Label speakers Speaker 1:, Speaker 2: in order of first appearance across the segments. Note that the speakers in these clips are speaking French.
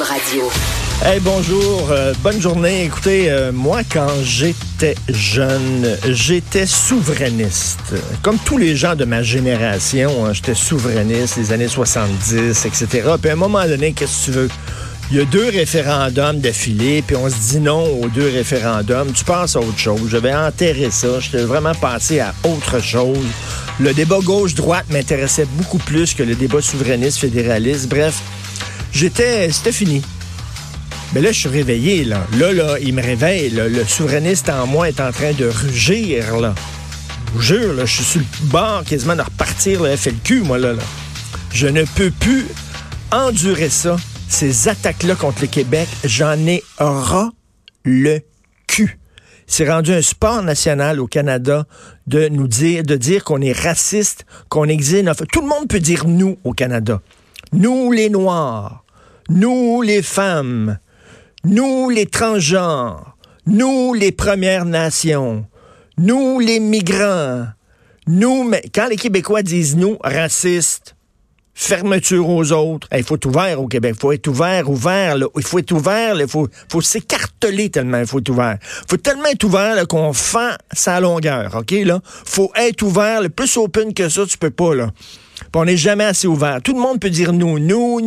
Speaker 1: Radio.
Speaker 2: Hey, bonjour, bonne journée. Écoutez, moi, quand j'étais jeune, j'étais souverainiste. Comme tous les gens de ma génération, j'étais souverainiste, les années 70, etc. Puis à un moment donné, qu'est-ce que tu veux? Il y a 2 référendums d'affilée, puis on se dit non aux 2 référendums. Tu passes à autre chose. J'avais enterré ça. J'étais vraiment passé à autre chose. Le débat gauche-droite m'intéressait beaucoup plus que le débat souverainiste-fédéraliste. Bref, c'était fini. Mais là, je suis réveillé, là. Là, il me réveille. Là. Le souverainiste en moi est en train de rugir, là. Je vous jure, là, je suis sur le bord quasiment de repartir le FLQ, moi, là. Je ne peux plus endurer ça. Ces attaques-là contre le Québec, j'en ai ras le cul. C'est rendu un sport national au Canada de dire qu'on est raciste, qu'on exile. Tout le monde peut dire nous au Canada. Nous, les Noirs. Nous, les femmes. Nous, les transgenres. Nous, les Premières Nations. Nous, les migrants. Nous, mais quand les Québécois disent nous, racistes, fermeture aux autres, il faut être ouvert au Québec. Il faut être ouvert. Là. Il faut être ouvert. Il faut s'écarteler tellement il faut être ouvert. Il faut tellement être ouvert là, qu'on fend sa longueur. OK, là? Faut être ouvert. Le plus open que ça, tu peux pas, là. Puis on n'est jamais assez ouvert. Tout le monde peut dire nous.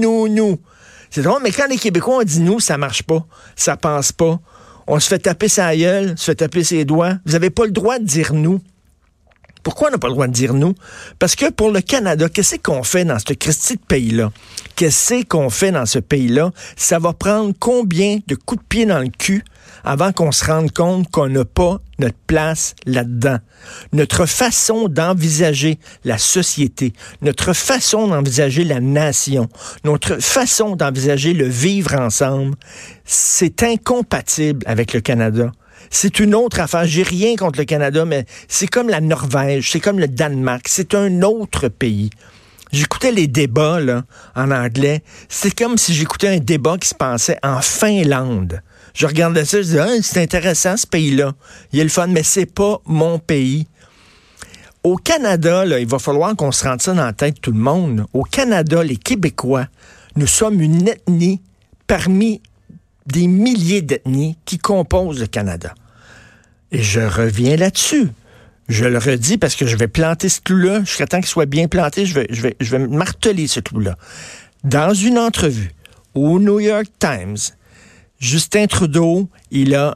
Speaker 2: C'est drôle, mais quand les Québécois ont dit nous, ça marche pas. Ça passe pas. On se fait taper sa gueule, se fait taper ses doigts. Vous avez pas le droit de dire nous. Pourquoi on n'a pas le droit de dire nous? Parce que pour le Canada, qu'est-ce qu'on fait dans ce Christi de pays-là? Qu'est-ce qu'on fait dans ce pays-là? Ça va prendre combien de coups de pied dans le cul avant qu'on se rende compte qu'on n'a pas notre place là-dedans? Notre façon d'envisager la société, notre façon d'envisager la nation, notre façon d'envisager le vivre ensemble, c'est incompatible avec le Canada. C'est une autre affaire. J'ai rien contre le Canada, mais c'est comme la Norvège, c'est comme le Danemark, c'est un autre pays. J'écoutais les débats là, en anglais. C'est comme si j'écoutais un débat qui se passait en Finlande. Je regardais ça, je disais, c'est intéressant ce pays-là. Il y a le fun, mais c'est pas mon pays. Au Canada, là, il va falloir qu'on se rende ça dans la tête tout le monde. Au Canada, les Québécois, nous sommes une ethnie parmi des milliers d'ethnies qui composent le Canada. Et je reviens là-dessus. Je le redis parce que je vais planter ce clou-là. Jusqu'à temps qu'il soit bien planté, je vais marteler ce clou-là. Dans une entrevue au New York Times, Justin Trudeau, il a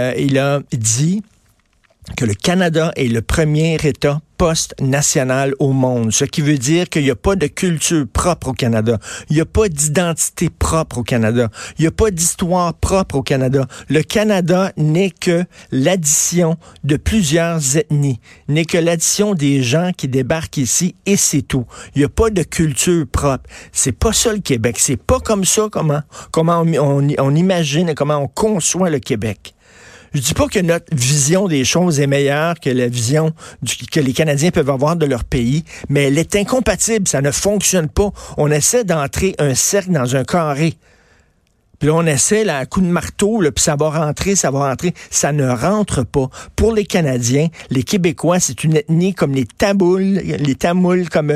Speaker 2: dit que le Canada est le premier État post-national au monde, ce qui veut dire qu'il n'y a pas de culture propre au Canada, il n'y a pas d'identité propre au Canada, il n'y a pas d'histoire propre au Canada. Le Canada n'est que l'addition de plusieurs ethnies, n'est que l'addition des gens qui débarquent ici et c'est tout. Il n'y a pas de culture propre. C'est pas ça le Québec, c'est pas comme ça comment on imagine et comment on conçoit le Québec. Je dis pas que notre vision des choses est meilleure que la vision que les Canadiens peuvent avoir de leur pays, mais elle est incompatible, ça ne fonctionne pas. On essaie d'entrer un cercle dans un carré. Puis là, on essaie, là, à coup de marteau, là, puis ça va rentrer. Ça ne rentre pas. Pour les Canadiens, les Québécois, c'est une ethnie comme les Tamouls, comme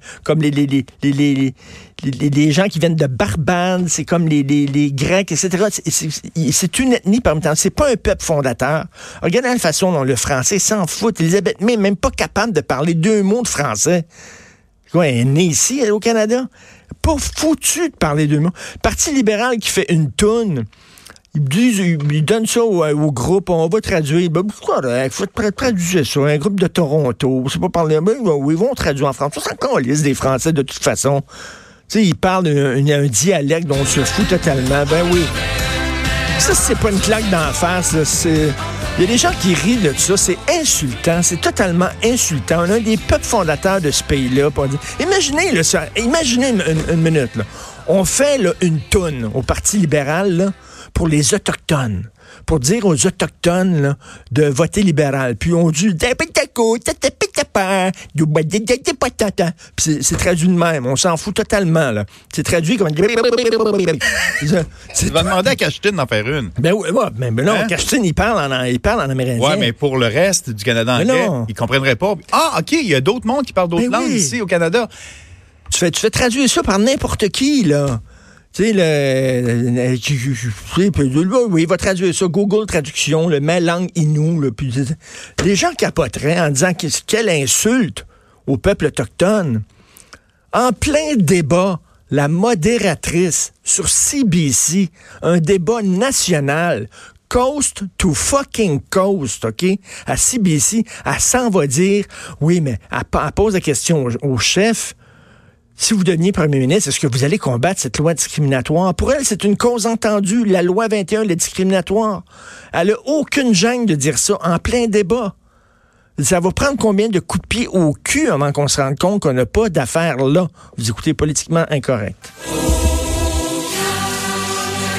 Speaker 2: les gens qui viennent de Barbade, c'est comme les Grecs, etc. C'est une ethnie parmi tant. C'est pas un peuple fondateur. Regardez la façon dont le français s'en fout. Elisabeth May n'est même pas capable de parler 2 mots de français. Quoi, elle est née ici, elle est au Canada? Pas foutu de parler 2 mots. Parti libéral qui fait une toune, ils donnent ça au groupe, on va traduire. Ben, il faut traduire ça. Un groupe de Toronto, c'est pas parler. Ben, ils vont traduire en français. C'est encore liste des Français de toute façon. Tu sais, ils parlent un dialecte dont on se fout totalement. Ben oui. Ça, c'est pas une claque d'en face, là, c'est... Il y a des gens qui rient de ça. C'est insultant. C'est totalement insultant. On a un des peuples fondateurs de ce pays-là. Imaginez, là, ça. Imaginez une minute. Là. On fait là, une toune au Parti libéral là, pour les Autochtones. Pour dire aux Autochtones là, de voter libéral. Puis on dit... Puis c'est traduit de même. On s'en fout totalement. Là. C'est traduit comme...
Speaker 3: Tu vas demander à Cachetine d'en faire une.
Speaker 2: Ben oui, mais non, hein? Cachetine, il parle en amérindien.
Speaker 3: Oui, mais pour le reste du Canada anglais, ils ne comprendraient pas. Ah, OK, il y a d'autres mondes qui parlent d'autres langues ici au Canada.
Speaker 2: Tu fais traduire ça par n'importe qui, là. Tu sais, il va traduire ça, Google Traduction, le met langue Innu. Là, puis, les gens capoteraient en disant quelle insulte au peuple autochtone. En plein débat, la modératrice sur CBC, un débat national, coast to fucking coast, OK? À CBC, elle s'en va dire, oui, mais elle pose la question au chef. Si vous deveniez premier ministre, est-ce que vous allez combattre cette loi discriminatoire? Pour elle, c'est une cause entendue. La loi 21, le discriminatoire. Elle n'a aucune gêne de dire ça en plein débat. Ça va prendre combien de coups de pied au cul avant qu'on se rende compte qu'on n'a pas d'affaires là? Vous écoutez Politiquement Incorrect.